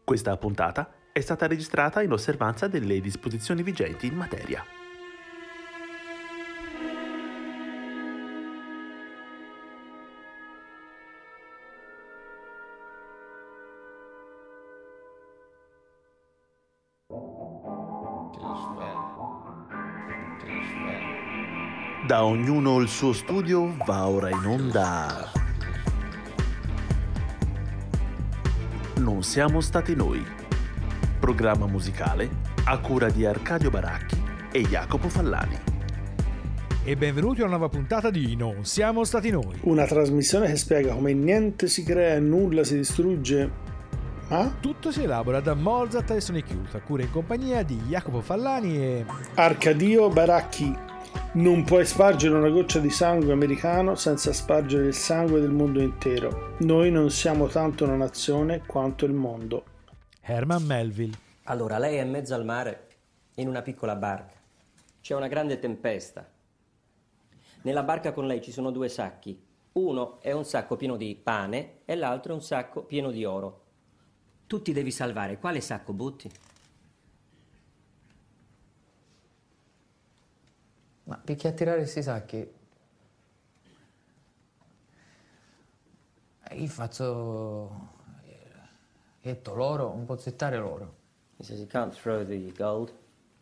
Questa puntata è stata registrata in osservanza delle disposizioni vigenti in materia. Da ognuno il suo studio va ora in onda. Non siamo stati noi. Programma musicale a cura di Arcadio Baracchi e Jacopo Fallani. E benvenuti a una nuova puntata di Non siamo stati noi. Una trasmissione che spiega come niente si crea e nulla si distrugge, ma tutto si elabora da Mozart e Sonic Youth, a cura in compagnia di Jacopo Fallani e Arcadio Baracchi. Non puoi spargere una goccia di sangue americano senza spargere il sangue del mondo intero. Noi non siamo tanto una nazione quanto il mondo. Herman Melville. Allora, lei è in mezzo al mare, in una piccola barca. C'è una grande tempesta. Nella barca con lei ci sono due sacchi. Uno è un sacco pieno di pane e l'altro è un sacco pieno di oro. Tu ti devi salvare. Quale sacco butti? Ma perché a tirare questi sacchi? Io faccio... Etto l'oro, un pozzettare l'oro. He says he can't throw the gold.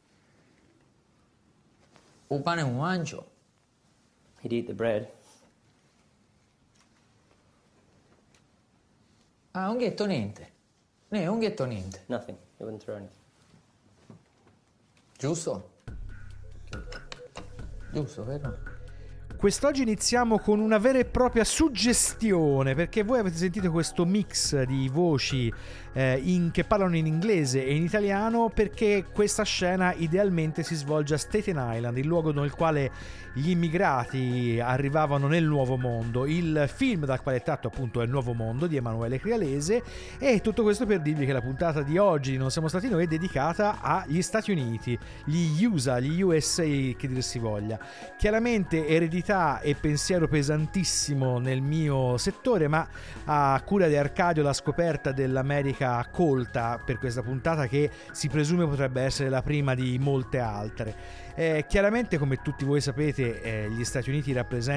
Un pane e un mangio. He'd eat the bread. Ah, un ghetto niente. Un ghetto niente. Nothing. He wouldn't throw anything. Giusto? Giusto, vero? Quest'oggi iniziamo con una vera e propria suggestione, perché voi avete sentito questo mix di voci che parlano in inglese e in italiano, perché questa scena idealmente si svolge a Staten Island, il luogo nel quale gli immigrati arrivavano nel Nuovo Mondo. Il film dal quale è tratto appunto è Il Nuovo Mondo di Emanuele Crialese, e tutto questo per dirvi che la puntata di oggi di Non siamo stati noi è dedicata agli Stati Uniti, gli USA, gli USA che dir si voglia. Chiaramente eredità e pensiero pesantissimo nel mio settore, ma a cura di Arcadio la scoperta dell'America colta per questa puntata, che si presume potrebbe essere la prima di molte altre. Chiaramente, come tutti voi sapete, gli Stati Uniti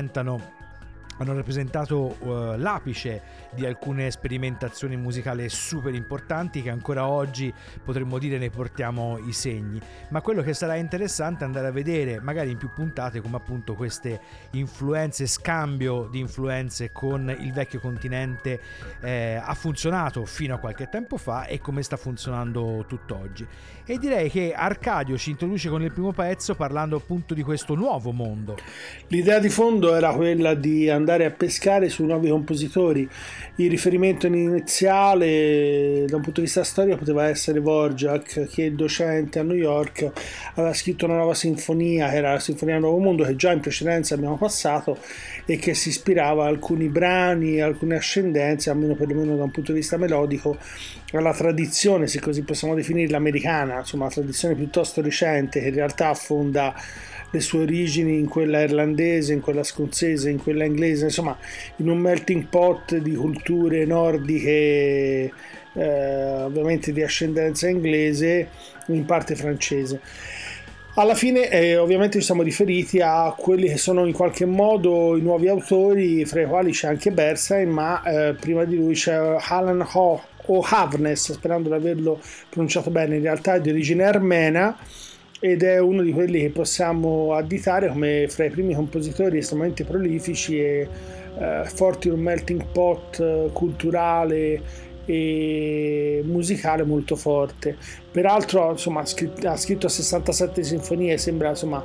hanno rappresentato l'apice di alcune sperimentazioni musicali super importanti che ancora oggi potremmo dire ne portiamo i segni, ma quello che sarà interessante è andare a vedere magari in più puntate come appunto queste influenze, scambio di influenze con il vecchio continente ha funzionato fino a qualche tempo fa e come sta funzionando tutt'oggi. E direi che Arcadio ci introduce con il primo pezzo parlando appunto di questo nuovo mondo. L'idea di fondo era quella di andare a pescare su nuovi compositori. Il riferimento iniziale da un punto di vista storico poteva essere Dvorak, che docente a New York aveva scritto una nuova sinfonia, che era la Sinfonia del Nuovo Mondo, che già in precedenza abbiamo passato e che si ispirava a alcuni brani, a alcune ascendenze, almeno perlomeno da un punto di vista melodico, alla tradizione, se così possiamo definirla, americana, insomma una tradizione piuttosto recente che in realtà affonda le sue origini in quella irlandese, in quella scozzese, in quella inglese, insomma in un melting pot di culture nordiche, ovviamente di ascendenza inglese, in parte francese. Alla fine ovviamente ci siamo riferiti a quelli che sono in qualche modo i nuovi autori, fra i quali c'è anche Bernstein, ma prima di lui c'è Alan O'Havnes, sperando di averlo pronunciato bene, in realtà è di origine armena ed è uno di quelli che possiamo additare come fra i primi compositori estremamente prolifici e forti in un melting pot culturale e musicale molto forte. Peraltro insomma ha scritto 67 sinfonie, sembra insomma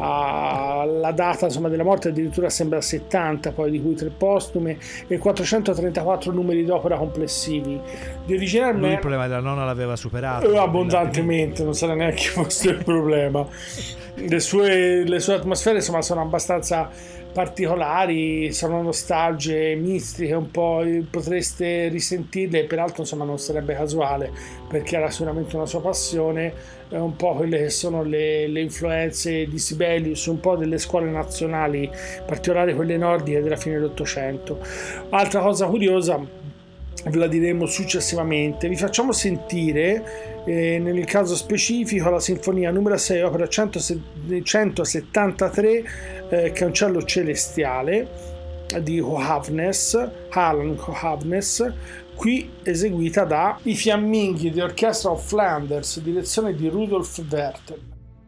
la data insomma della morte addirittura sembra 70, poi di cui 3 postume e 434 numeri d'opera complessivi. Di origine armena, il problema della nonna l'aveva superato abbondantemente, non sarà neanche fosse il problema. Le sue atmosfere insomma sono abbastanza particolari, sono nostalgie mistiche, un po' potreste risentirle, peraltro insomma non sarebbe casuale perché era sicuramente una sua passione, un po' quelle che sono le influenze di Sibelius, un po' delle scuole nazionali, in particolare quelle nordiche della fine dell'Ottocento. Altra cosa curiosa ve la diremo successivamente. Vi facciamo sentire nel caso specifico la sinfonia numero 6 opera 173 Cancello Celestiale di Alan Johannes, qui eseguita da I Fiamminghi di Orchestra of Flanders, direzione di Rudolf Werther.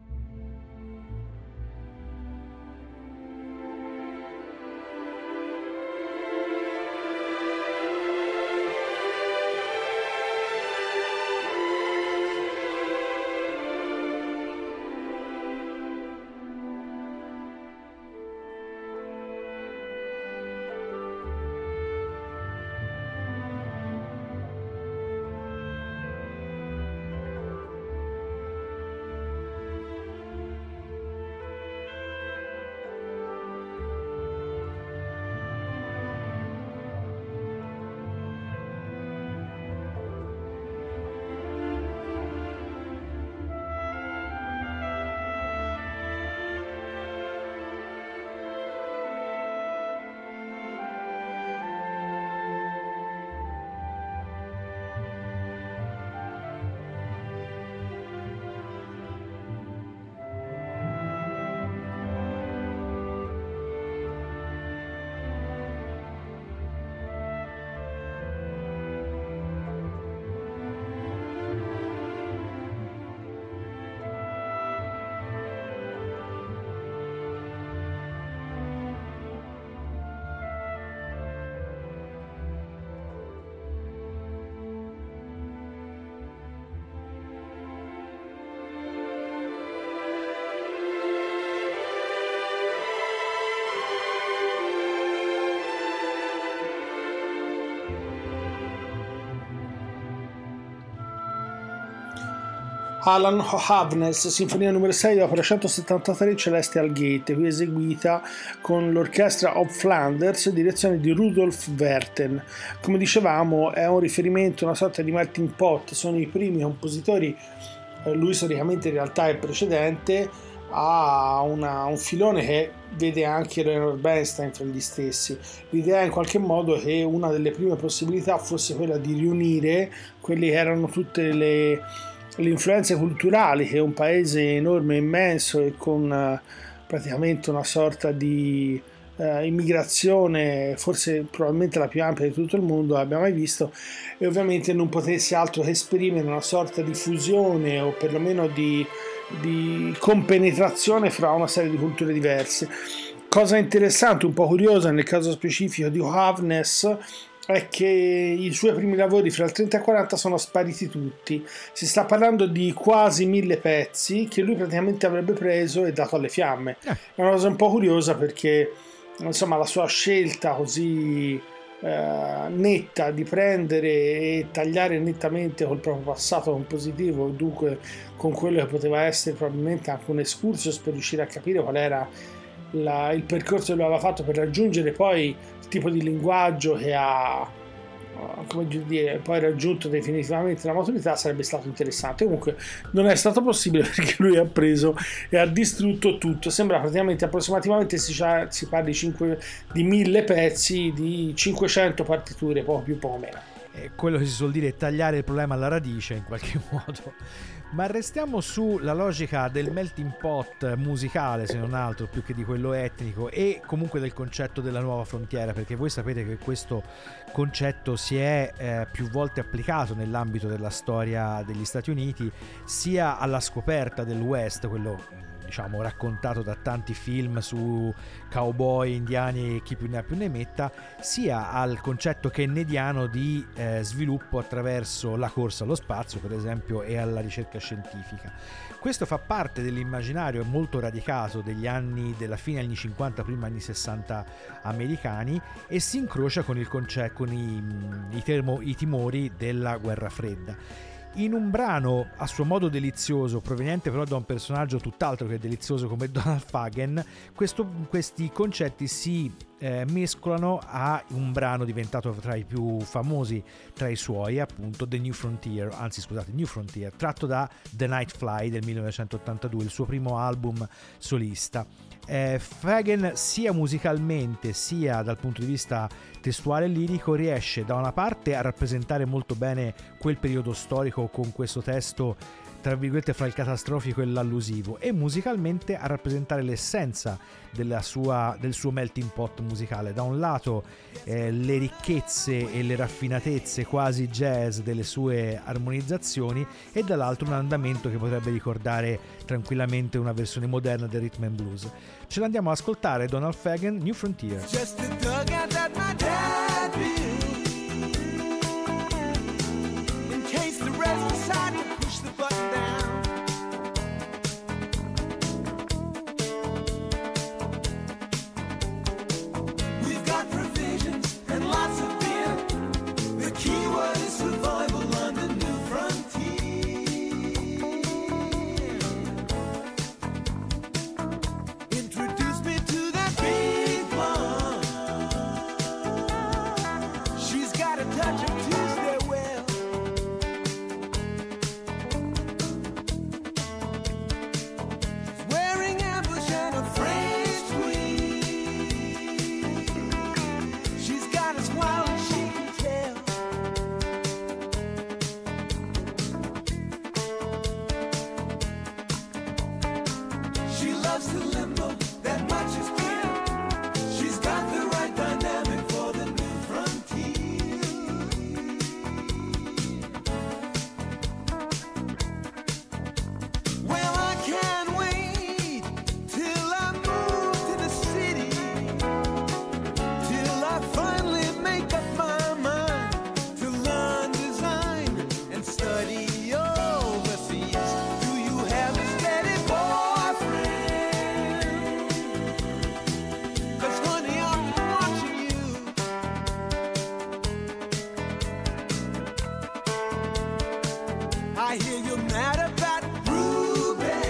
Alan Johannes, sinfonia numero 6, opera 173 Celestial Gate, qui eseguita con l'Orchestra of Flanders, direzione di Rudolf Werther. Come dicevamo, è un riferimento, una sorta di melting pot, sono i primi compositori, lui storicamente in realtà è il precedente, ha un filone che vede anche Leonard Bernstein fra gli stessi. L'idea in qualche modo che una delle prime possibilità fosse quella di riunire quelli che erano tutte le influenze culturali che un paese enorme, immenso e con praticamente una sorta di immigrazione forse probabilmente la più ampia di tutto il mondo abbia mai visto, e ovviamente non potesse altro che esprimere una sorta di fusione o perlomeno di compenetrazione fra una serie di culture diverse. Cosa interessante, un po' curiosa nel caso specifico di Johannes, è che i suoi primi lavori fra il 30 e il 40 sono spariti tutti. Si sta parlando di quasi 1000 pezzi che lui praticamente avrebbe preso e dato alle fiamme. È una cosa un po' curiosa perché insomma la sua scelta così netta di prendere e tagliare nettamente col proprio passato compositivo, dunque con quello che poteva essere probabilmente anche un excursus per riuscire a capire qual era il percorso che lui aveva fatto per raggiungere poi il tipo di linguaggio che ha, come dire, poi raggiunto definitivamente la maturità, sarebbe stato interessante. Comunque non è stato possibile perché lui ha preso e ha distrutto tutto. Sembra praticamente approssimativamente si parli di 1000 pezzi, di 500 partiture, poco più poco meno. Quello che si suol dire è tagliare il problema alla radice in qualche modo. Ma restiamo sulla logica del melting pot musicale, se non altro, più che di quello etnico, e comunque del concetto della nuova frontiera, perché voi sapete che questo concetto si è più volte applicato nell'ambito della storia degli Stati Uniti, sia alla scoperta del West, quello diciamo raccontato da tanti film su cowboy, indiani e chi più ne ha più ne metta, sia al concetto kennediano di sviluppo attraverso la corsa allo spazio, per esempio, e alla ricerca scientifica. Questo fa parte dell'immaginario molto radicato della fine anni 50, prima anni 60 americani, e si incrocia con il concetto, con i timori della guerra fredda. In un brano a suo modo delizioso, proveniente però da un personaggio tutt'altro che delizioso come Donald Fagen, questi concetti si mescolano a un brano diventato tra i più famosi tra i suoi, appunto New Frontier, tratto da The Night Fly del 1982, il suo primo album solista. Fagen, sia musicalmente sia dal punto di vista testuale e lirico, riesce da una parte a rappresentare molto bene quel periodo storico con questo testo tra virgolette fra il catastrofico e l'allusivo, e musicalmente a rappresentare l'essenza del suo melting pot musicale. Da un lato le ricchezze e le raffinatezze quasi jazz delle sue armonizzazioni, e dall'altro un andamento che potrebbe ricordare tranquillamente una versione moderna del rhythm and blues. Ce l'andiamo ad ascoltare, Donald Fagen, New Frontier. Just a dugout that my dad built, in case the rest decide to push the button down. We've got provisions and lots of beer. The key word is survival on the new frontier. Introduce me to that big blonde. She's got a touch of Tuesday well. She's wearing ambush and a French tweed. She's got a smile and she can tell. She loves the limbo, that much is clear. She's got the right dynamic for the new frontier. Well, I can't wait till I move to the city, till I finally make up my mind to learn design and study overseas. Do you have a steady boyfriend? 'Cause honey, I've been watching you. I hear you're mad about Ruby.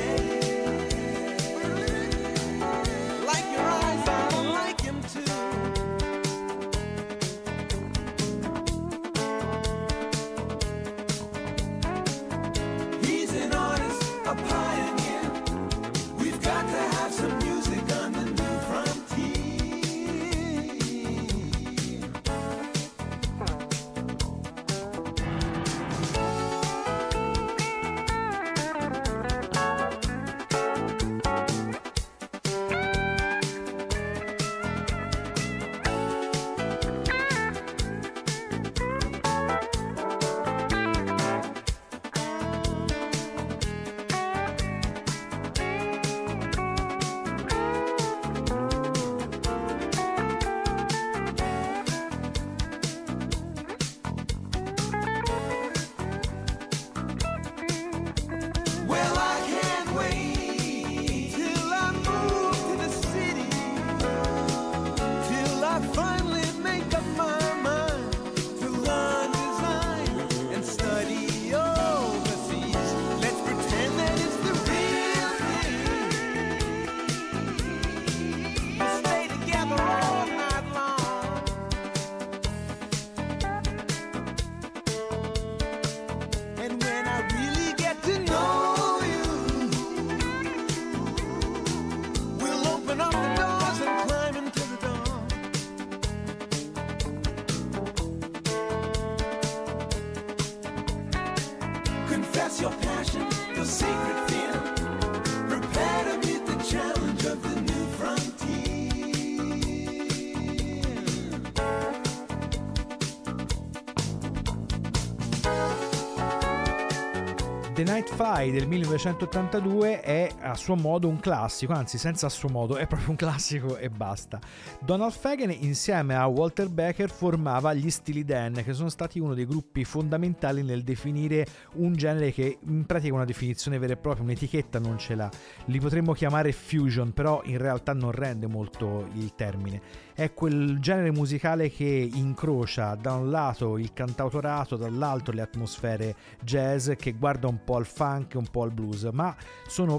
Like your eyes, I like him too. He's an artist, a pioneer. We've got to have some music on the new frontier. Well, I can't wait till I move to the city, till I finally make up my mind to learn design and study overseas. Let's pretend that it's the real thing. We'll stay together all night long. And when I really get to know you, we'll open up the doors and climb into the dawn. Confess your passion, your secret fear. Prepare to meet the challenge of the new frontier. The Night Fly del 1982 è a suo modo un classico, anzi senza a suo modo, è proprio un classico e basta. Donald Fagen insieme a Walter Becker formava gli Steely Dan, che sono stati uno dei gruppi fondamentali nel definire un genere che in pratica una definizione vera e propria, un'etichetta non ce l'ha. Li potremmo chiamare fusion, però in realtà non rende molto il termine. È quel genere musicale che incrocia da un lato il cantautorato, dall'altro le atmosfere jazz, che guarda un po' al funk e un po' al blues, ma sono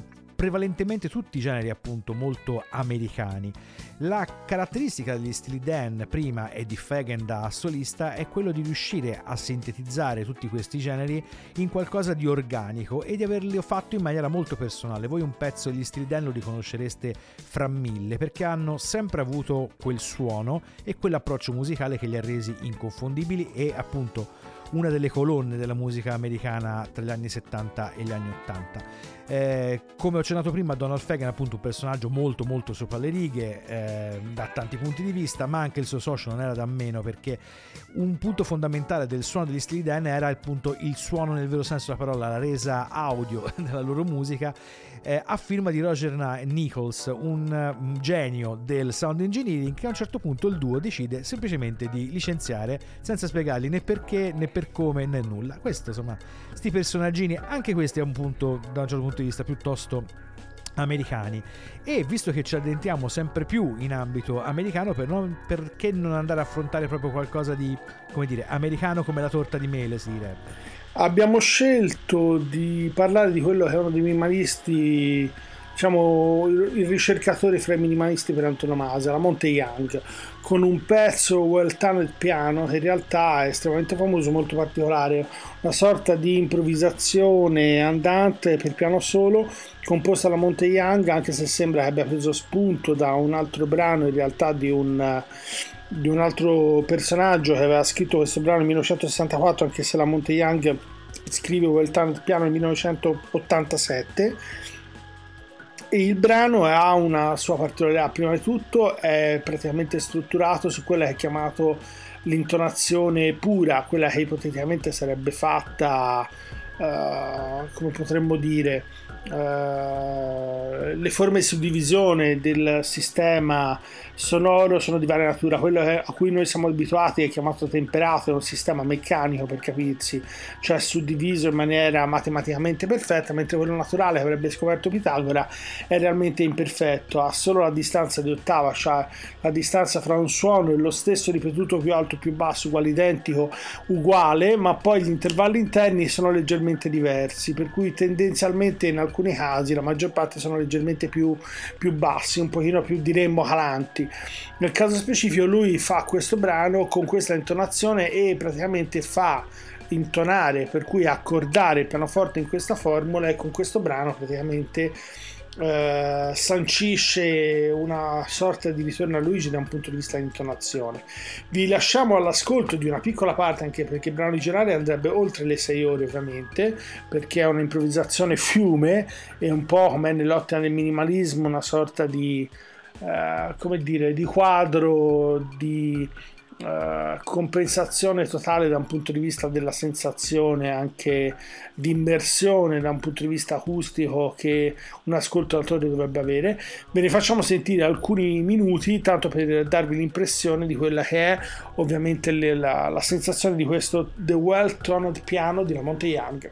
prevalentemente tutti generi appunto molto americani. La caratteristica degli Steely Dan prima e di Fagen da solista è quello di riuscire a sintetizzare tutti questi generi in qualcosa di organico e di averli fatto in maniera molto personale. Voi un pezzo degli Steely Dan lo riconoscereste fra mille perché hanno sempre avuto quel suono e quell'approccio musicale che li ha resi inconfondibili e appunto una delle colonne della musica americana tra gli anni 70 e gli anni 80. Come ho accennato prima, Donald Fagen è appunto un personaggio molto molto sopra le righe da tanti punti di vista, ma anche il suo socio non era da meno, perché un punto fondamentale del suono degli Steely Dan era appunto il suono nel vero senso della parola, la resa audio della loro musica, a firma di Roger Nichols, un genio del sound engineering, che a un certo punto il duo decide semplicemente di licenziare senza spiegargli né perché né per come né nulla. Questo, insomma, sti personaggini, anche questi a un punto, da un certo punto di vista, piuttosto americani. E visto che ci addentriamo sempre più in ambito americano, perché non andare a affrontare proprio qualcosa di, come dire, americano come la torta di mele, si direbbe. Abbiamo scelto di parlare di quello che è uno dei minimalisti, diciamo il ricercatore fra i minimalisti per antonomasia, la Monte Young, con un pezzo Well Tunned Piano che in realtà è estremamente famoso, molto particolare, una sorta di improvvisazione andante per piano solo composta da Monte Young, anche se sembra che abbia preso spunto da un altro brano, in realtà di un altro personaggio che aveva scritto questo brano nel 1964, anche se la Monte Young scrive Well Tunned Piano nel 1987. E il brano ha una sua particolarità: prima di tutto è praticamente strutturato su quella che è chiamato l'intonazione pura, quella che ipoteticamente sarebbe fatta, come potremmo dire, le forme di suddivisione del sistema sonoro sono di varia natura. Quello a cui noi siamo abituati è chiamato temperato, è un sistema meccanico, per capirsi, cioè suddiviso in maniera matematicamente perfetta, mentre quello naturale che avrebbe scoperto Pitagora è realmente imperfetto, ha solo la distanza di ottava, cioè la distanza fra un suono e lo stesso ripetuto più alto più basso uguale identico uguale, ma poi gli intervalli interni sono leggermente diversi, per cui tendenzialmente in alcuni casi, la maggior parte, sono leggermente più bassi, un pochino più, diremmo, calanti. Nel caso specifico lui fa questo brano con questa intonazione e praticamente fa intonare, per cui accordare il pianoforte in questa formula, e con questo brano praticamente sancisce una sorta di ritorno a Luigi da un punto di vista di intonazione. Vi lasciamo all'ascolto di una piccola parte, anche perché il brano originale andrebbe oltre le 6 ore ovviamente, perché è un'improvvisazione fiume e un po' come nell'ottica del minimalismo, una sorta di come dire, di quadro di compensazione totale da un punto di vista della sensazione, anche di immersione da un punto di vista acustico che un ascoltatore dovrebbe avere. Ve ne facciamo sentire alcuni minuti, tanto per darvi l'impressione di quella che è ovviamente la sensazione di questo The Well Toned Piano di La Monte Young.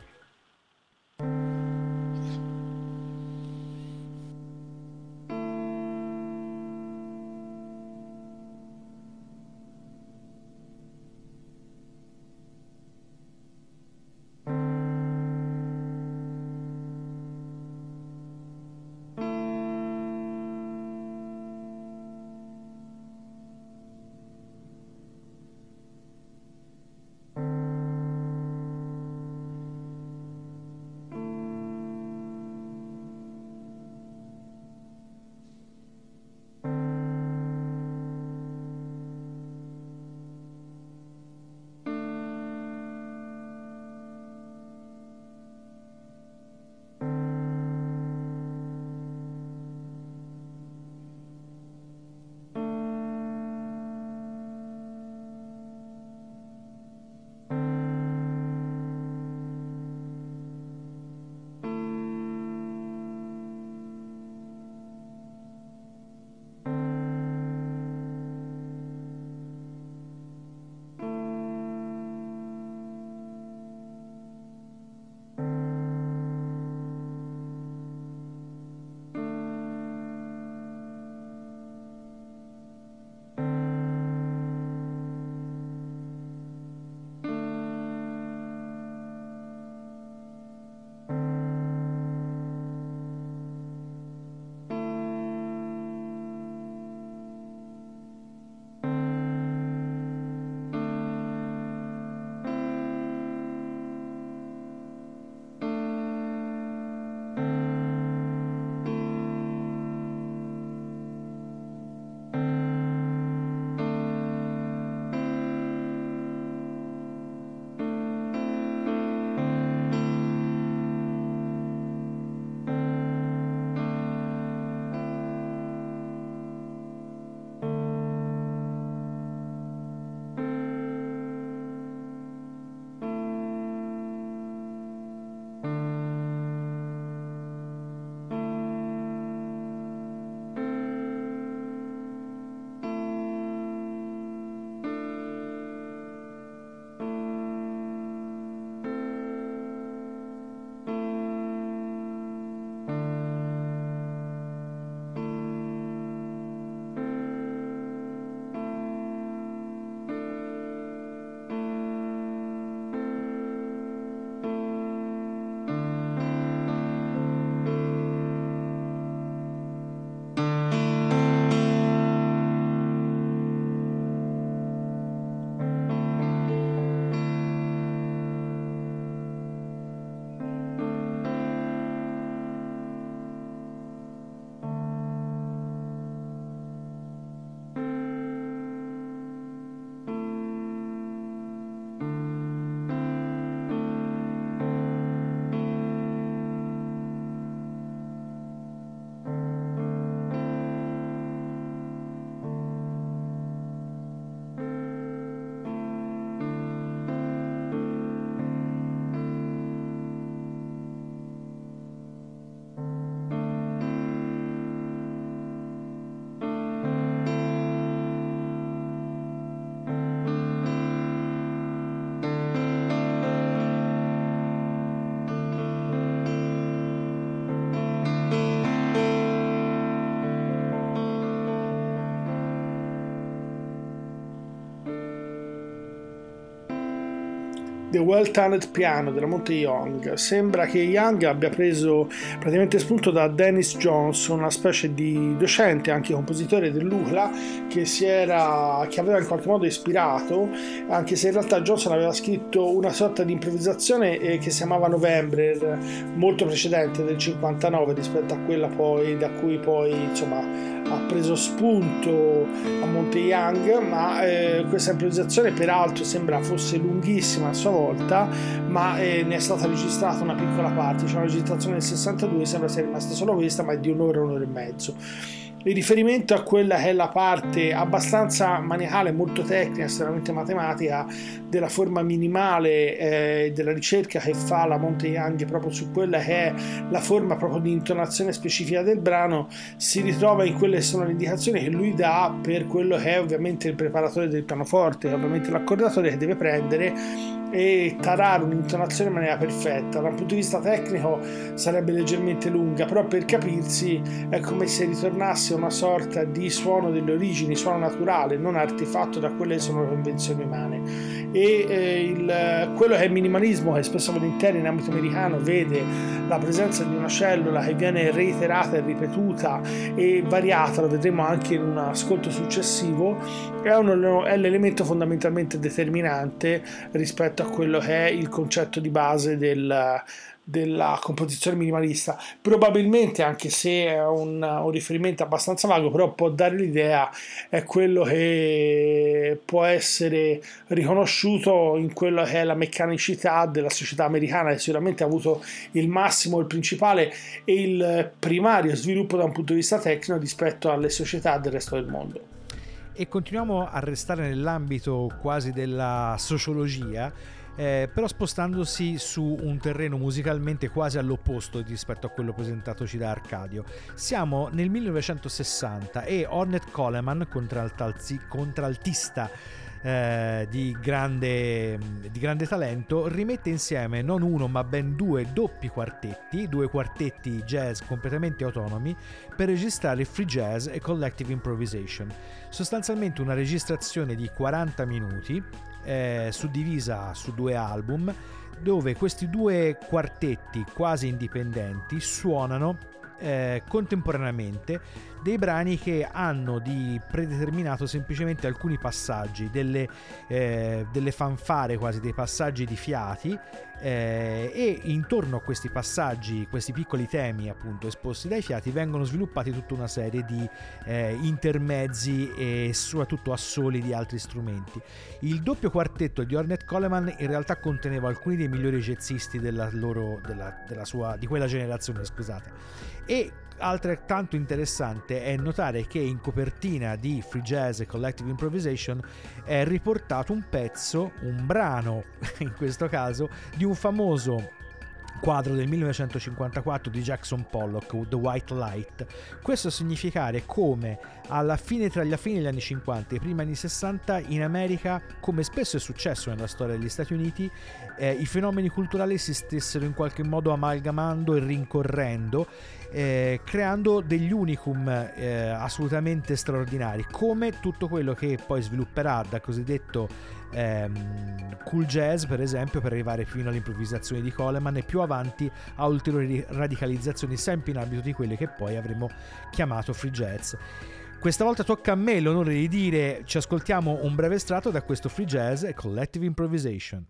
The Well-Tuned Piano della Monte Young. Sembra che Young abbia preso praticamente spunto da Dennis Jones, una specie di docente, anche compositore dell'UCLA, che aveva in qualche modo ispirato, anche se in realtà Johnson aveva scritto una sorta di improvvisazione che si chiamava November, molto precedente, del 59 rispetto a quella poi da cui poi insomma ha preso spunto a Monte Young, ma questa improvvisazione peraltro sembra fosse lunghissima a sua volta, ma ne è stata registrata una piccola parte, cioè una registrazione del 62, sembra sia rimasta solo questa, ma è di un'ora e mezzo. Il riferimento a quella che è la parte abbastanza maniacale, molto tecnica, estremamente matematica della forma minimale della ricerca che fa la Monte Young proprio su quella che è la forma proprio di intonazione specifica del brano, si ritrova in quelle che sono le indicazioni che lui dà per quello che è ovviamente il preparatore del pianoforte, ovviamente l'accordatore, che deve prendere e tarare un'intonazione in maniera perfetta. Dal punto di vista tecnico sarebbe leggermente lunga, però per capirsi è come se ritornasse una sorta di suono delle origini, suono naturale, non artefatto da quelle che sono le convenzioni umane. E quello che è minimalismo, che spesso volentieri in ambito americano vede la presenza di una cellula che viene reiterata e ripetuta e variata, lo vedremo anche in un ascolto successivo, è l'elemento fondamentalmente determinante rispetto a quello che è il concetto di base della composizione minimalista. Probabilmente, anche se è un riferimento abbastanza vago, però può dare l'idea, è quello che può essere riconosciuto in quello che è la meccanicità della società americana, che sicuramente ha avuto il massimo, il principale e il primario sviluppo da un punto di vista tecnico rispetto alle società del resto del mondo. E continuiamo a restare nell'ambito quasi della sociologia, però spostandosi su un terreno musicalmente quasi all'opposto rispetto a quello presentatoci da Arcadio. Siamo nel 1960 e Ornette Coleman, contraltista di grande talento, rimette insieme non uno ma ben due quartetti jazz completamente autonomi per registrare free jazz e collective improvisation, sostanzialmente una registrazione di 40 minuti suddivisa su 2 album, dove questi 2 quartetti quasi indipendenti suonano contemporaneamente dei brani che hanno di predeterminato semplicemente alcuni passaggi, delle fanfare, quasi dei passaggi di fiati, e intorno a questi passaggi, questi piccoli temi appunto esposti dai fiati, vengono sviluppati tutta una serie di intermezzi e soprattutto assoli di altri strumenti. Il doppio quartetto di Ornette Coleman in realtà conteneva alcuni dei migliori jazzisti di quella generazione, scusate. E altrettanto interessante è notare che in copertina di Free Jazz e Collective Improvisation è riportato un brano in questo caso, di un famoso quadro del 1954 di Jackson Pollock, The White Light. Questo a significare come alla fine, tra la fine degli anni 50 e i primi anni 60, in America, come spesso è successo nella storia degli Stati Uniti, i fenomeni culturali si stessero in qualche modo amalgamando e rincorrendo, creando degli unicum assolutamente straordinari, come tutto quello che poi svilupperà da cosiddetto cool jazz, per esempio, per arrivare fino all'improvvisazione di Coleman e più avanti a ulteriori radicalizzazioni sempre in ambito di quelle che poi avremo chiamato free jazz. Questa volta tocca a me l'onore di dire: ci ascoltiamo un breve estratto da questo free jazz e collective improvisation.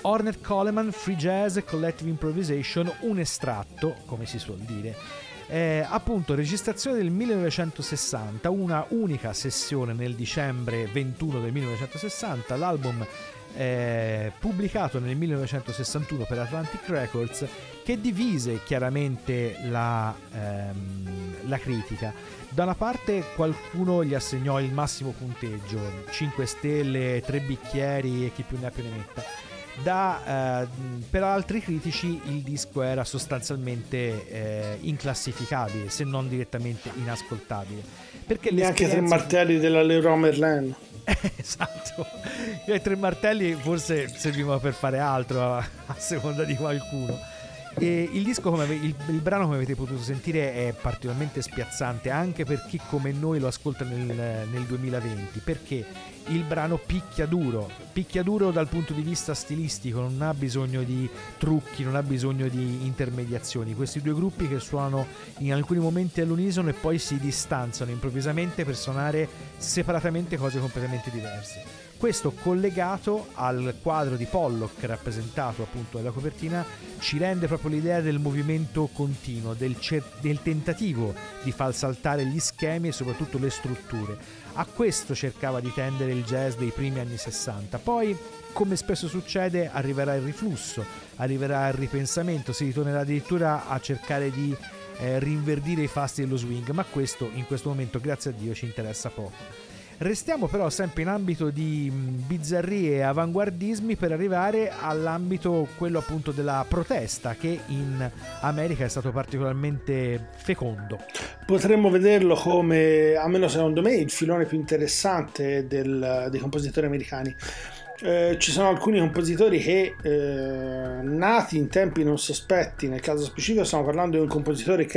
Ornette Coleman, Free Jazz Collective Improvisation, un estratto, come si suol dire. Appunto, registrazione del 1960, una unica sessione nel dicembre 21 del 1960, l'album pubblicato nel 1961 per Atlantic Records, che divise chiaramente la critica. Da una parte qualcuno gli assegnò il massimo punteggio, 5 stelle, 3 bicchieri e chi più ne ha più ne metta. Per altri critici il disco era sostanzialmente inclassificabile, se non direttamente inascoltabile, perché neanche Tre martelli della Leroy Merlin. Esatto, i Tre martelli forse servivano per fare altro a seconda di qualcuno. E il disco, il brano, come avete potuto sentire, è particolarmente spiazzante anche per chi come noi lo ascolta nel 2020, perché il brano picchia duro dal punto di vista stilistico, non ha bisogno di trucchi, non ha bisogno di intermediazioni. Questi due gruppi che suonano in alcuni momenti all'unisono e poi si distanziano improvvisamente per suonare separatamente cose completamente diverse. Questo, collegato al quadro di Pollock rappresentato appunto nella copertina, ci rende proprio l'idea del movimento continuo, del tentativo di far saltare gli schemi e soprattutto le strutture. A questo cercava di tendere il jazz dei primi anni 60. Poi, come spesso succede, arriverà il riflusso, arriverà il ripensamento, si ritornerà addirittura a cercare di rinverdire i fasti dello swing, ma questo in questo momento, grazie a Dio, ci interessa poco. Restiamo però sempre in ambito di bizzarrie e avanguardismi per arrivare all'ambito quello appunto della protesta, che in America è stato particolarmente fecondo. Potremmo vederlo come, almeno secondo me, il filone più interessante dei compositori americani. Ci sono alcuni compositori che nati in tempi non sospetti. Nel caso specifico stiamo parlando di un compositore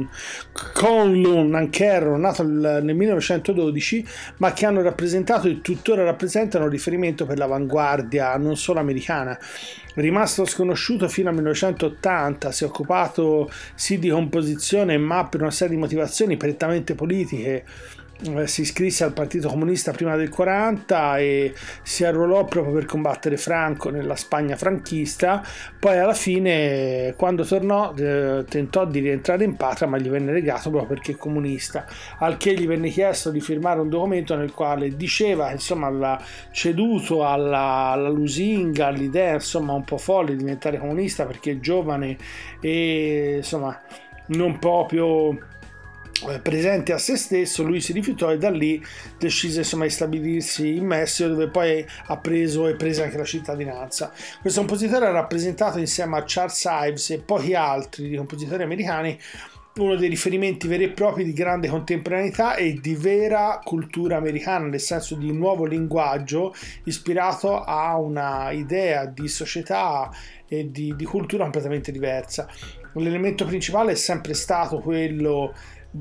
Conlon Nancarrow, nato nel 1912, ma che hanno rappresentato e tuttora rappresentano un riferimento per l'avanguardia non solo americana. Rimasto sconosciuto fino al 1980, si è occupato sì di composizione, ma per una serie di motivazioni prettamente politiche si iscrisse al Partito Comunista prima del 40 e si arruolò proprio per combattere Franco nella Spagna franchista. Poi alla fine, quando tornò, tentò di rientrare in patria, ma gli venne negato proprio perché comunista, al che gli venne chiesto di firmare un documento nel quale diceva che insomma aveva ceduto alla lusinga, all'idea insomma un po' folle di diventare comunista perché è giovane e insomma non proprio presente a se stesso. Lui si rifiutò e da lì decise insomma di stabilirsi in Messico, dove poi ha preso e prese anche la cittadinanza. Questo compositore ha rappresentato insieme a Charles Ives e pochi altri compositori americani uno dei riferimenti veri e propri di grande contemporaneità e di vera cultura americana, nel senso di nuovo linguaggio ispirato a una idea di società e di cultura completamente diversa. L'elemento principale è sempre stato quello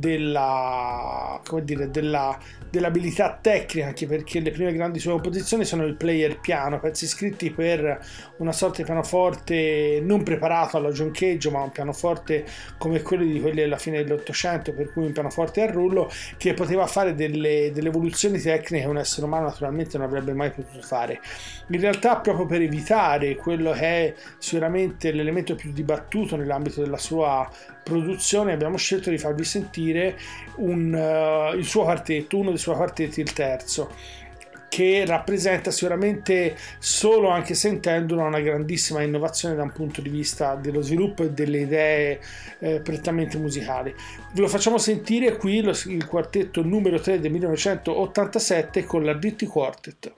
dell'abilità tecnica, anche perché le prime grandi sue composizioni sono il player piano, pezzi scritti per una sorta di pianoforte non preparato alla John Cage, ma un pianoforte come quelli della fine dell'Ottocento, per cui un pianoforte a rullo che poteva fare delle evoluzioni tecniche che un essere umano naturalmente non avrebbe mai potuto fare. In realtà, proprio per evitare quello che è sicuramente l'elemento più dibattuto nell'ambito della sua produzione, abbiamo scelto di farvi sentire il suo quartetto, uno dei suoi quartetti, il terzo, che rappresenta sicuramente, solo anche sentendolo, una grandissima innovazione da un punto di vista dello sviluppo e delle idee prettamente musicali. Ve lo facciamo sentire qui, il quartetto numero 3 del 1987 con la Dirty Quartet.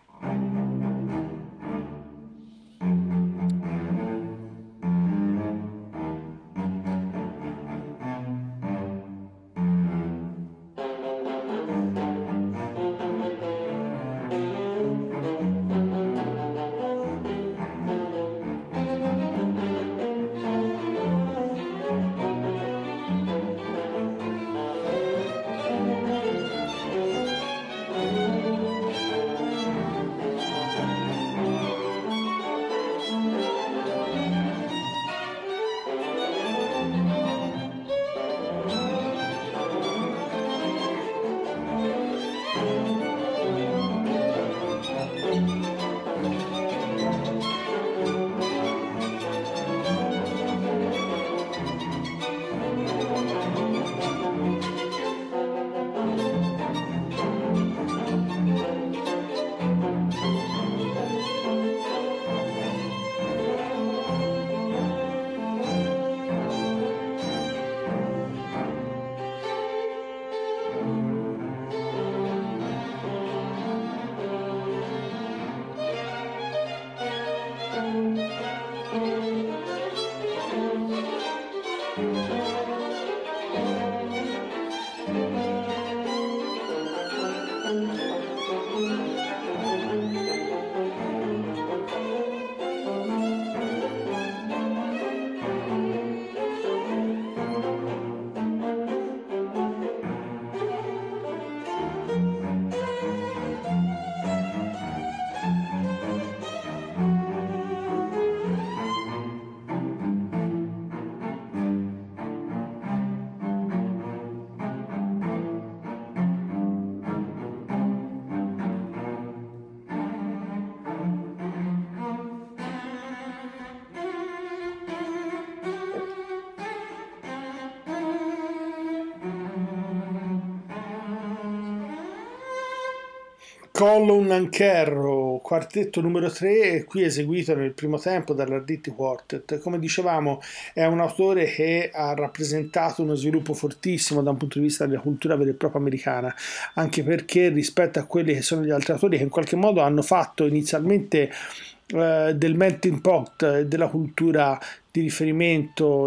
Colin Ankerro, quartetto numero 3, qui eseguito nel primo tempo dall'Arditi Quartet. Come dicevamo, è un autore che ha rappresentato uno sviluppo fortissimo da un punto di vista della cultura vera e propria americana, anche perché rispetto a quelli che sono gli altri autori che in qualche modo hanno fatto inizialmente del melting pot e della cultura di riferimento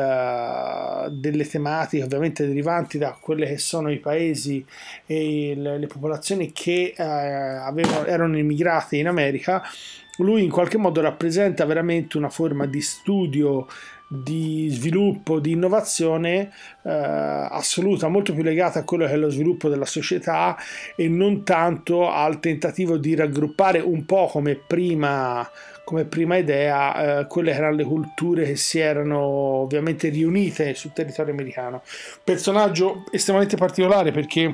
delle tematiche ovviamente derivanti da quelle che sono i paesi e le popolazioni che erano immigrate in America, lui in qualche modo rappresenta veramente una forma di studio, di sviluppo, di innovazione assoluta, molto più legata a quello che è lo sviluppo della società e non tanto al tentativo di raggruppare un po' come prima idea quelle che erano le culture che si erano ovviamente riunite sul territorio americano. Personaggio estremamente particolare perché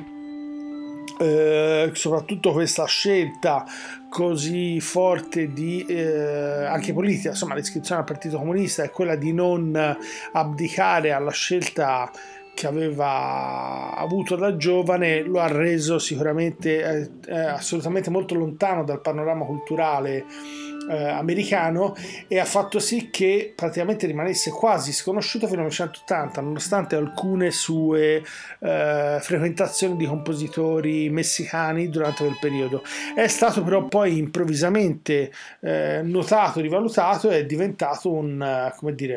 soprattutto questa scelta così forte di anche politica, insomma l'iscrizione al Partito Comunista è quella di non abdicare alla scelta che aveva avuto da giovane, lo ha reso sicuramente assolutamente molto lontano dal panorama culturale americano e ha fatto sì che praticamente rimanesse quasi sconosciuto fino al 1980, nonostante alcune sue frequentazioni di compositori messicani durante quel periodo. È stato però poi improvvisamente notato, rivalutato e è diventato un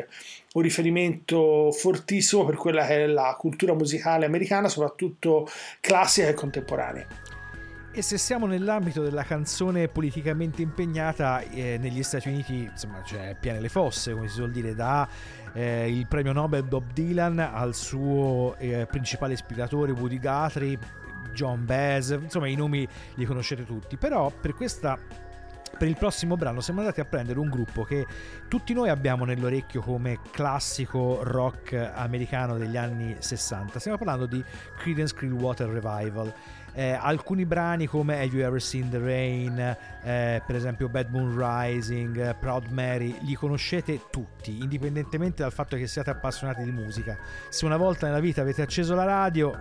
riferimento fortissimo per quella che è la cultura musicale americana, soprattutto classica e contemporanea. E se siamo nell'ambito della canzone politicamente impegnata, negli Stati Uniti insomma c'è piene le fosse, come si suol dire, da il premio Nobel Bob Dylan al suo principale ispiratore Woody Guthrie, John Baez, insomma i nomi li conoscete tutti. Però per il prossimo brano siamo andati a prendere un gruppo che tutti noi abbiamo nell'orecchio come classico rock americano degli anni 60. Stiamo parlando di Creedence Clearwater Revival. Alcuni brani come Have You Ever Seen the Rain, per esempio Bad Moon Rising, Proud Mary, li conoscete tutti, indipendentemente dal fatto che siate appassionati di musica. Se una volta nella vita avete acceso la radio,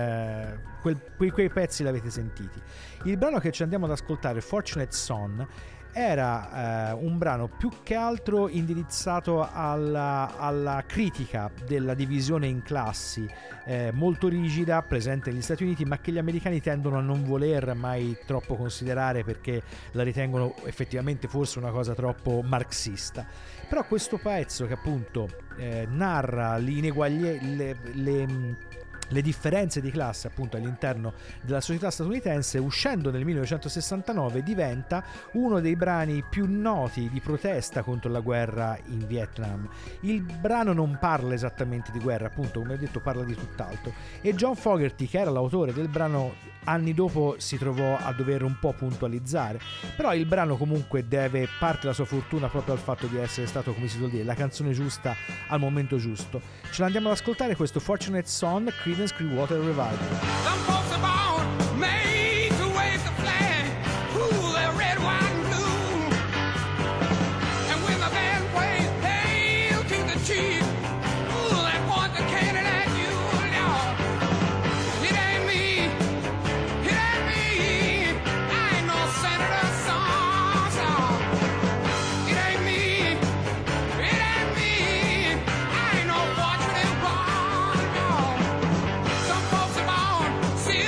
quei pezzi li avete sentiti. Il brano che ci andiamo ad ascoltare, Fortunate Son, era un brano più che altro indirizzato alla critica della divisione in classi molto rigida presente negli Stati Uniti, ma che gli americani tendono a non voler mai troppo considerare perché la ritengono effettivamente forse una cosa troppo marxista. Però questo pezzo che appunto narra le differenze di classe appunto all'interno della società statunitense, uscendo nel 1969 diventa uno dei brani più noti di protesta contro la guerra in Vietnam. Il brano non parla esattamente di guerra, appunto, come ho detto, parla di tutt'altro, e John Fogerty, che era l'autore del brano, anni dopo si trovò a dover un po' puntualizzare, però il brano comunque deve parte la sua fortuna proprio al fatto di essere stato, come si suol dire, la canzone giusta al momento giusto. Ce l'andiamo ad ascoltare, questo Fortunate Son, Creedence Clearwater Revival. Some folks are born made to wave the flag, ooh, they're red, white, and blue. And when the band plays Hail to the Chief, ooh, they point the cannon at you, Lord. It ain't me, I ain't no senator, son. It ain't me, I ain't no fortunate one, no. Some folks are born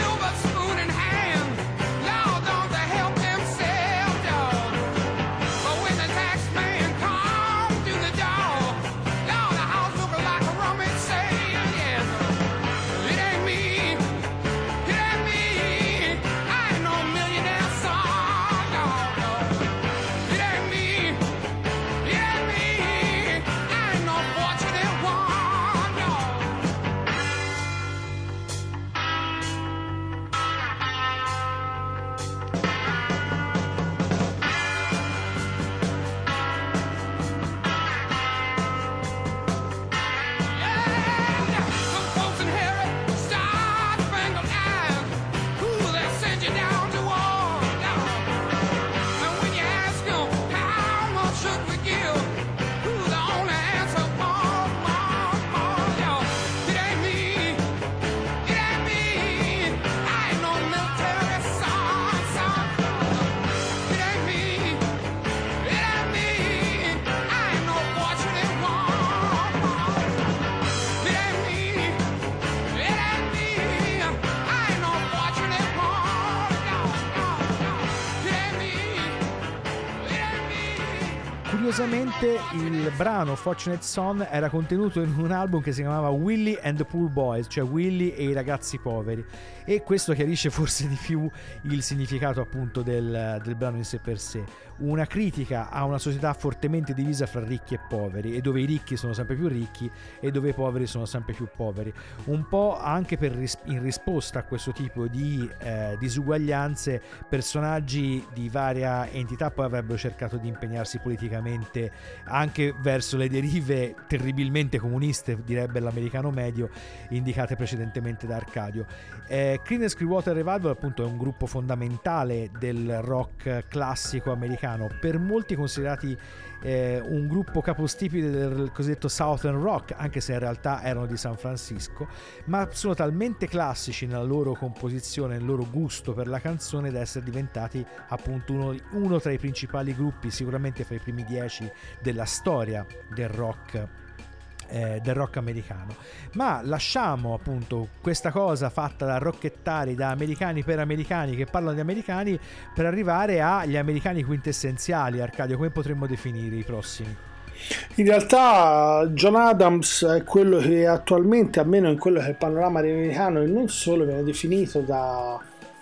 Curiosamente il brano Fortunate Son era contenuto in un album che si chiamava Willie and the Poor Boys, cioè Willie e i ragazzi poveri, e questo chiarisce forse di più il significato appunto del brano in sé per sé. Una critica a una società fortemente divisa fra ricchi e poveri, e dove i ricchi sono sempre più ricchi e dove i poveri sono sempre più poveri, un po' anche in risposta a questo tipo di disuguaglianze. Personaggi di varia entità poi avrebbero cercato di impegnarsi politicamente anche verso le derive terribilmente comuniste, direbbe l'americano medio, indicate precedentemente da Arcadio. Creedence Clearwater Revival appunto è un gruppo fondamentale del rock classico americano, per molti considerati un gruppo capostipite del cosiddetto Southern Rock, anche se in realtà erano di San Francisco, ma sono talmente classici nella loro composizione, nel loro gusto per la canzone, da essere diventati appunto uno tra i principali gruppi, sicuramente fra i primi 10 della storia del rock americano. Ma lasciamo appunto questa cosa fatta da rockettari, da americani per americani che parlano di americani, per arrivare agli americani quintessenziali. Arcadio, come potremmo definire i prossimi? In realtà John Adams è quello che attualmente, almeno in quello che è il panorama americano e non solo, viene definito da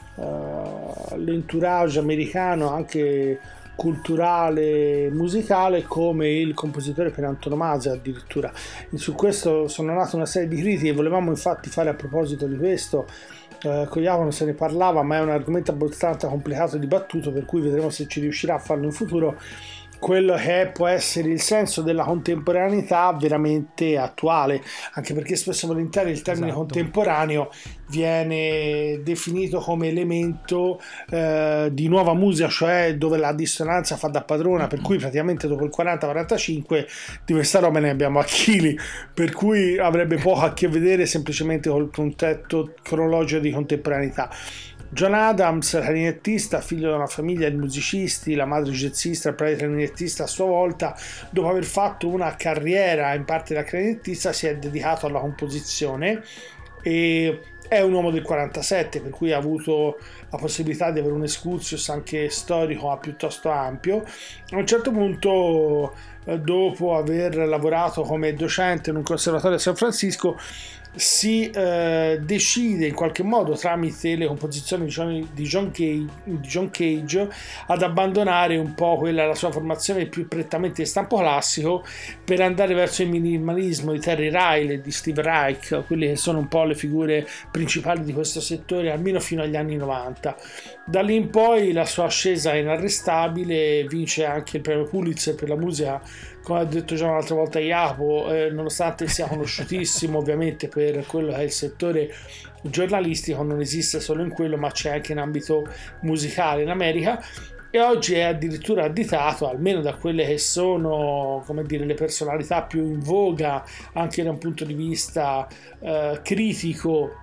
l'entourage americano, anche culturale, musicale, come il compositore per antonomasia addirittura. Su questo sono nate una serie di critiche, volevamo infatti fare a proposito di questo, con Jacopo se ne parlava, ma è un argomento abbastanza complicato e dibattuto, per cui vedremo se ci riuscirà a farlo in futuro, quello che può essere il senso della contemporaneità veramente attuale, anche perché spesso e volentieri il termine contemporaneo viene definito come elemento di nuova musica, cioè dove la dissonanza fa da padrona, per cui praticamente dopo il 40-45 di questa roba ne abbiamo a chili, per cui avrebbe poco a che vedere semplicemente col concetto cronologico di contemporaneità. John Adams, clarinettista, figlio di una famiglia di musicisti, la madre jazzista, il padre clarinettista a sua volta, dopo aver fatto una carriera in parte da clarinettista si è dedicato alla composizione e è un uomo del 47, per cui ha avuto la possibilità di avere un excursus anche storico ma piuttosto ampio. A un certo punto, dopo aver lavorato come docente in un conservatorio a San Francisco, si decide in qualche modo, tramite le composizioni di John Cage, ad abbandonare un po' quella la sua formazione più prettamente di stampo classico, per andare verso il minimalismo di Terry Riley e di Steve Reich, quelle che sono un po' le figure principali di questo settore, almeno fino agli anni 90. Da lì in poi la sua ascesa è inarrestabile, vince anche il premio Pulitzer per la musica, come ha detto già un'altra volta Jacopo, nonostante sia conosciutissimo ovviamente per quello che è il settore giornalistico, non esiste solo in quello, ma c'è anche in ambito musicale in America, e oggi è addirittura additato, almeno da quelle che sono, come dire, le personalità più in voga anche da un punto di vista critico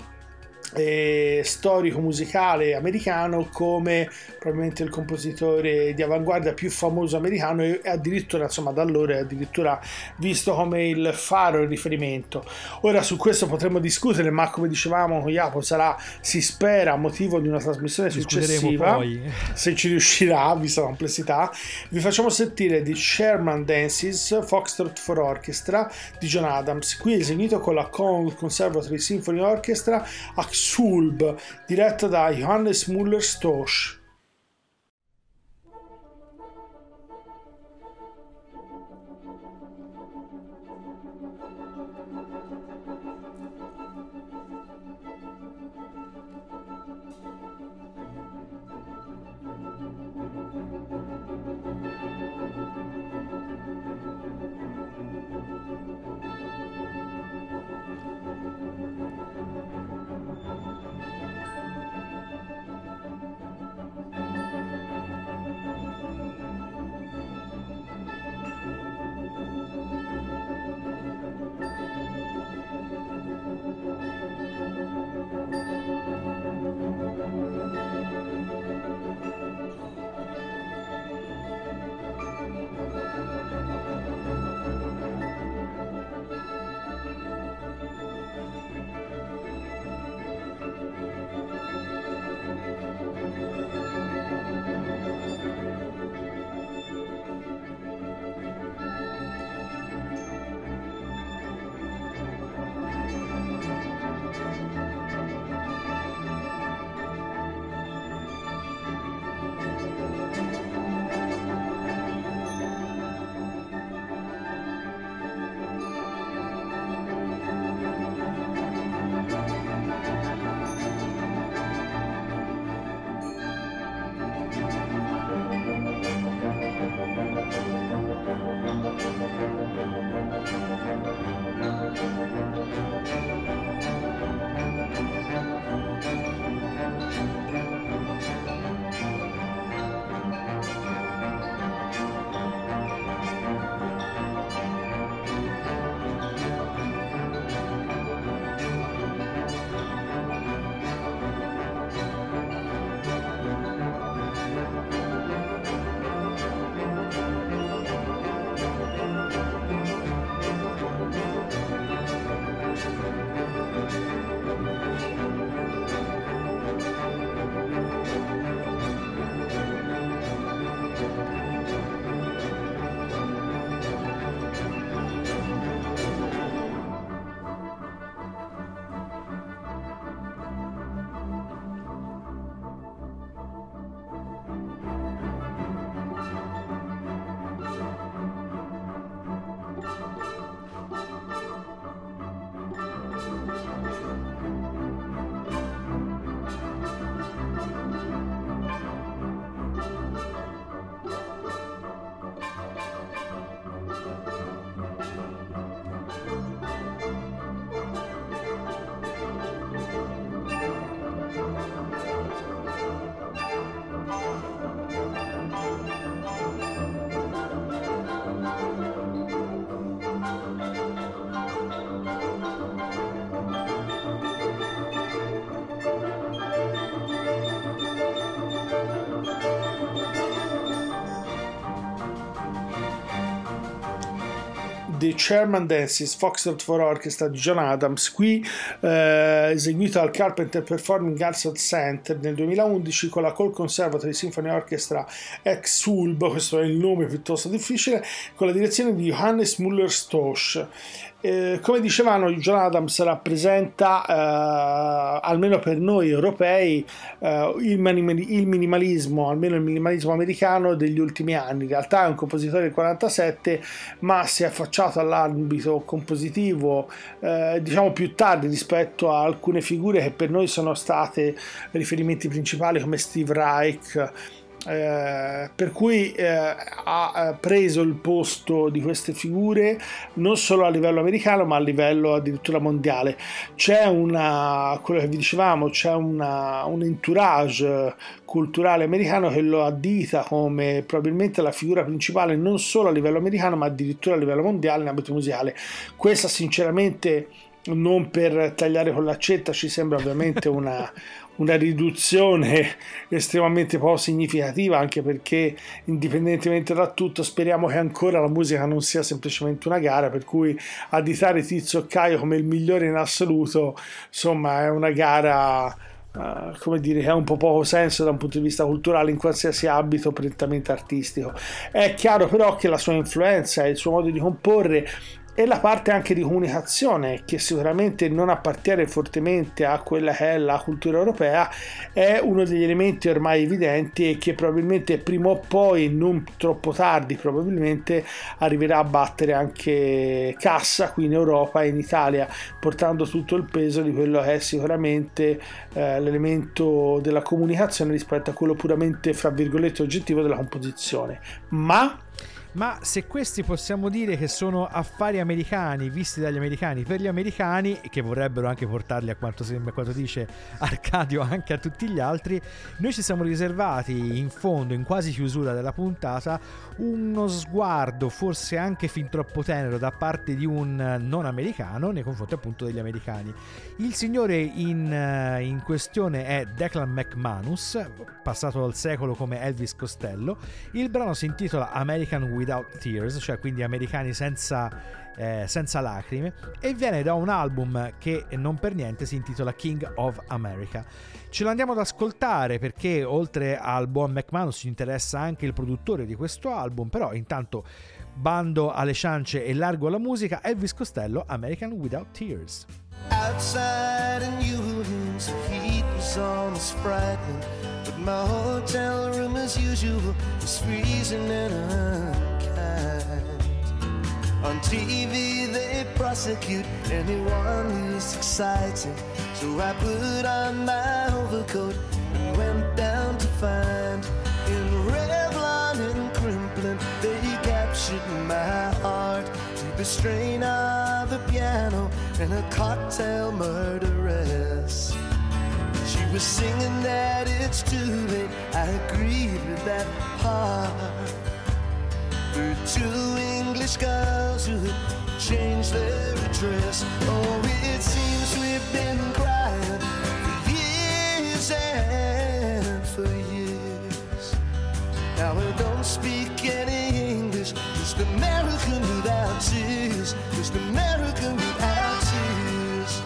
e storico musicale americano, come probabilmente il compositore di avanguardia più famoso americano, e addirittura insomma da allora è addirittura visto come il faro, il riferimento. Ora su questo potremmo discutere, ma come dicevamo con Jacopo sarà, si spera, motivo di una trasmissione successiva poi, se ci riuscirà vista la complessità. Vi facciamo sentire di Sherman Dances Foxtrot for Orchestra di John Adams, qui eseguito con la Conservatory Symphony Orchestra a Sulb, diretta da Johannes Müller-Stosch. The Chairman Dances, Foxtrot for Orchestra di John Adams, qui eseguito al Carpenter Performing Arts Center nel 2011 con la Cole Conservatory Symphony Orchestra ex Sulb, questo è il nome piuttosto difficile, con la direzione di Johannes Müller-Stosch. Come dicevano, John Adams rappresenta, almeno per noi europei, il minimalismo, almeno il minimalismo americano degli ultimi anni. In realtà è un compositore del 47, ma si è affacciato all'ambito compositivo diciamo più tardi rispetto a alcune figure che per noi sono state riferimenti principali, come Steve Reich, per cui ha preso il posto di queste figure non solo a livello americano ma a livello addirittura mondiale. C'è quello che vi dicevamo, c'è un entourage culturale americano che lo addita come probabilmente la figura principale non solo a livello americano ma addirittura a livello mondiale in ambito musicale. Questa sinceramente, non per tagliare con l'accetta, ci sembra ovviamente una riduzione estremamente poco significativa, anche perché indipendentemente da tutto speriamo che ancora la musica non sia semplicemente una gara, per cui additare Tizio Caio come il migliore in assoluto, insomma, è una gara come dire, che ha un po' poco senso da un punto di vista culturale in qualsiasi ambito prettamente artistico. È chiaro però che la sua influenza e il suo modo di comporre e la parte anche di comunicazione, che sicuramente non appartiene fortemente a quella che è la cultura europea, è uno degli elementi ormai evidenti e che probabilmente prima o poi, non troppo tardi probabilmente, arriverà a battere anche cassa qui in Europa e in Italia, portando tutto il peso di quello che è sicuramente l'elemento della comunicazione rispetto a quello puramente, fra virgolette, oggettivo della composizione. Ma se questi possiamo dire che sono affari americani visti dagli americani per gli americani, che vorrebbero anche portarli, a quanto sembra, quanto dice Arcadio, anche a tutti gli altri, noi ci siamo riservati in fondo, in quasi chiusura della puntata, uno sguardo forse anche fin troppo tenero da parte di un non americano nei confronti appunto degli americani. Il signore in questione è Declan McManus, passato al secolo come Elvis Costello. Il brano si intitola American Without Tears, cioè quindi americani senza lacrime, e viene da un album che non per niente si intitola King of America. Ce lo andiamo ad ascoltare perché oltre al buon McManus ci interessa anche il produttore di questo album, però intanto bando alle ciance e largo alla musica. Elvis Costello, American Without Tears. Outside in New Orleans, the heat was almost frightening, but my hotel room as usual was freezing and unkind. On TV they prosecute anyone who's exciting, so I put on my overcoat and went down to find, in Revlon and crimpling, they captured my heart to the strain of the piano and a cocktail murderess. She was singing that it's too late, I agreed with that part. We're two English girls who had changed their address. Oh, it seems we've been crying for years and for years. Now we don't speak any English, just American without tears, just American without tears.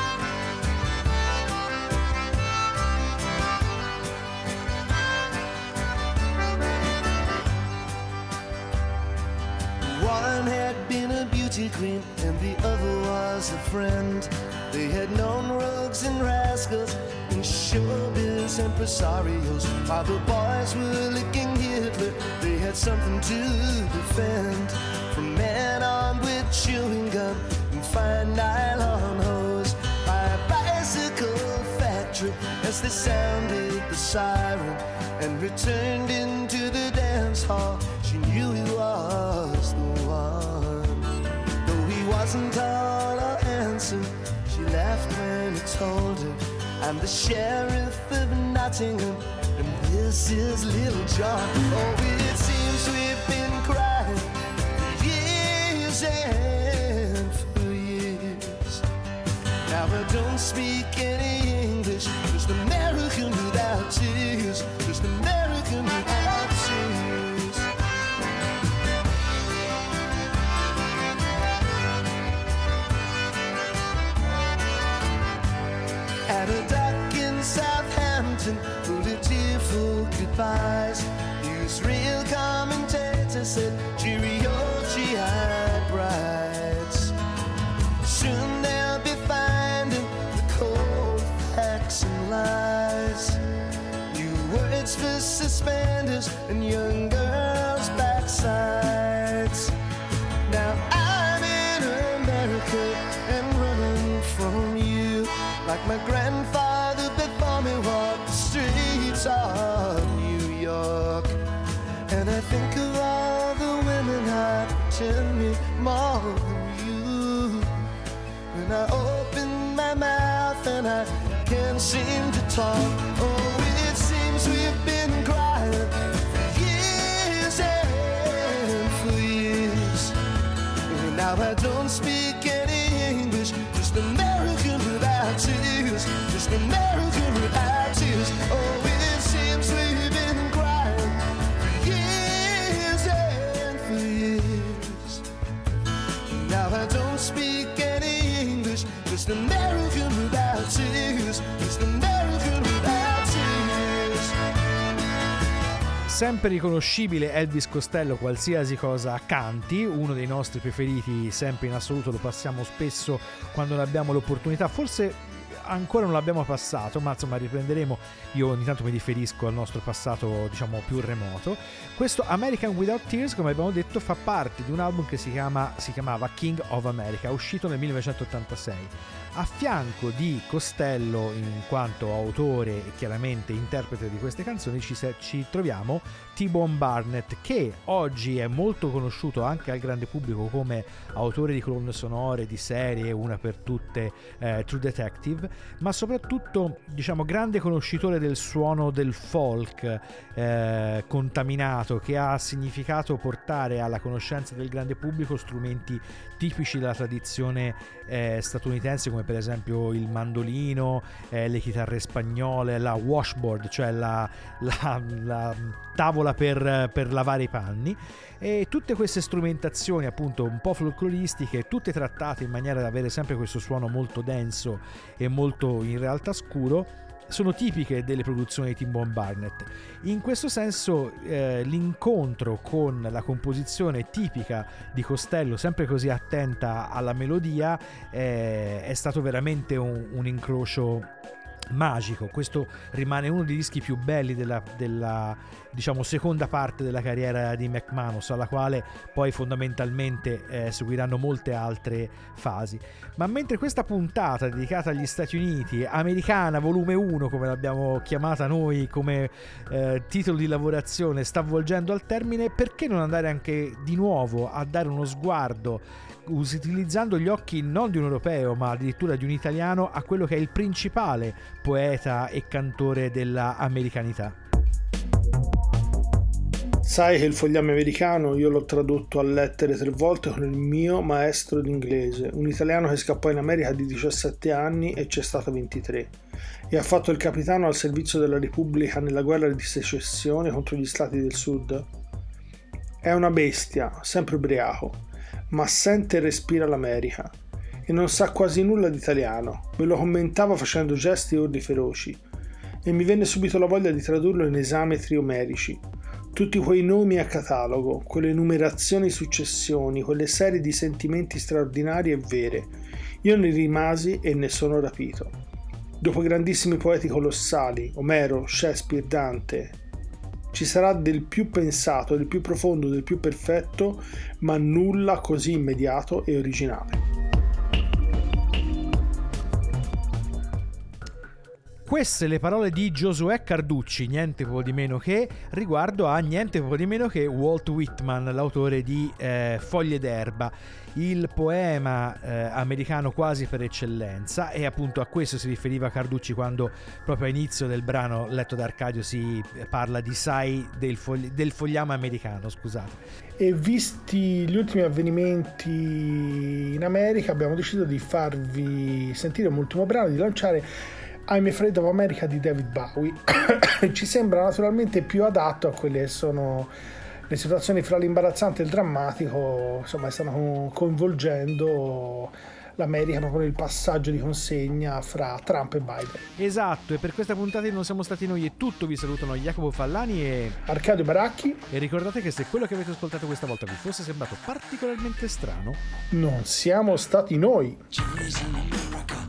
One had been a beauty queen and the other was a friend. They had known rogues and rascals and showbiz impresarios. While the boys were licking Hitler, they had something to defend. From men armed with chewing gum and fine nylon hose, by a bicycle factory as they sounded the siren and returned into the dance hall. She knew he was the one. Though he wasn't tall or handsome, she laughed when he told her, I'm the sheriff of Nottingham and this is Little John. Oh, it seems we've been crying for years and for years. Now I don't speak any English, just American without tears, just American without tears. said, cheerio, GI brides. Soon they'll be finding the cold facts and lies. New words for suspenders and young girls' backsides. Now I'm in America and running from you, like my grandfather before me walked the streets of New York. And I think of all the women I pretend me more than you. When I open my mouth and I can't seem to talk. Oh, it seems we've been crying for years and for years. Now I don't speak any English, just American without tears, just American without tears. Oh, it seems we've been crying for years and for years. Now I don't speak any English, just American without tears, just American without tears. Sempre riconoscibile Elvis Costello qualsiasi cosa canti, uno dei nostri preferiti sempre in assoluto, lo passiamo spesso quando ne abbiamo l'opportunità, forse ancora non l'abbiamo passato, ma insomma riprenderemo. Io ogni tanto mi riferisco al nostro passato, diciamo, più remoto. Questo American Without Tears, come abbiamo detto, fa parte di un album che si chiamava King of America, uscito nel 1986. A fianco di Costello in quanto autore e chiaramente interprete di queste canzoni ci troviamo T-Bone Barnett, che oggi è molto conosciuto anche al grande pubblico come autore di colonne sonore di serie, una per tutte, True Detective, ma soprattutto, diciamo, grande conoscitore del suono del folk contaminato, che ha significato portare alla conoscenza del grande pubblico strumenti tipici della tradizione statunitense, come per esempio il mandolino, le chitarre spagnole, la washboard, cioè la tavola per lavare i panni, e tutte queste strumentazioni appunto un po' folcloristiche, tutte trattate in maniera da avere sempre questo suono molto denso e molto in realtà scuro, sono tipiche delle produzioni di T-Bone Barnett. In questo senso l'incontro con la composizione tipica di Costello, sempre così attenta alla melodia, è stato veramente un incrocio magico. Questo rimane uno dei dischi più belli della diciamo seconda parte della carriera di McManus, alla quale poi fondamentalmente seguiranno molte altre fasi. Ma mentre questa puntata dedicata agli Stati Uniti, Americana volume 1 come l'abbiamo chiamata noi come titolo di lavorazione, sta volgendo al termine, perché non andare anche di nuovo a dare uno sguardo, utilizzando gli occhi non di un europeo ma addirittura di un italiano, a quello che è il principale poeta e cantore della americanità. Sai che il fogliame americano io l'ho tradotto a lettere 3 volte con il mio maestro d'inglese, un italiano che scappò in America di 17 anni e c'è stato 23, e ha fatto il capitano al servizio della Repubblica nella guerra di secessione contro gli stati del sud. È una bestia, sempre ubriaco, ma sente e respira l'America e non sa quasi nulla di italiano. Me lo commentava facendo gesti e urli feroci e mi venne subito la voglia di tradurlo in esametri omerici, tutti quei nomi a catalogo, quelle numerazioni successioni, quelle serie di sentimenti straordinari e vere. Io ne rimasi e ne sono rapito. Dopo grandissimi poeti colossali, Omero, Shakespeare, Dante, ci sarà del più pensato, del più profondo, del più perfetto, ma nulla così immediato e originale. Queste le parole di Giosuè Carducci, niente po' di meno che, riguardo a niente po' di meno che Walt Whitman, l'autore di Foglie d'erba, il poema americano quasi per eccellenza, e appunto a questo si riferiva Carducci quando proprio all'inizio del brano letto da Arcadio si parla di sai del fogliame americano, scusate. E visti gli ultimi avvenimenti in America abbiamo deciso di farvi sentire un ultimo brano, di lanciare I'm Afraid of America di David Bowie. Ci sembra naturalmente più adatto a quelle che sono le situazioni fra l'imbarazzante e il drammatico, insomma stanno coinvolgendo l'America, proprio il passaggio di consegna fra Trump e Biden. Esatto, e per questa puntata di Non siamo stati noi è tutto. Vi salutano Jacopo Fallani e Arcadio Baracchi. E ricordate che se quello che avete ascoltato questa volta vi fosse sembrato particolarmente strano, non siamo stati noi. Johnny's in America.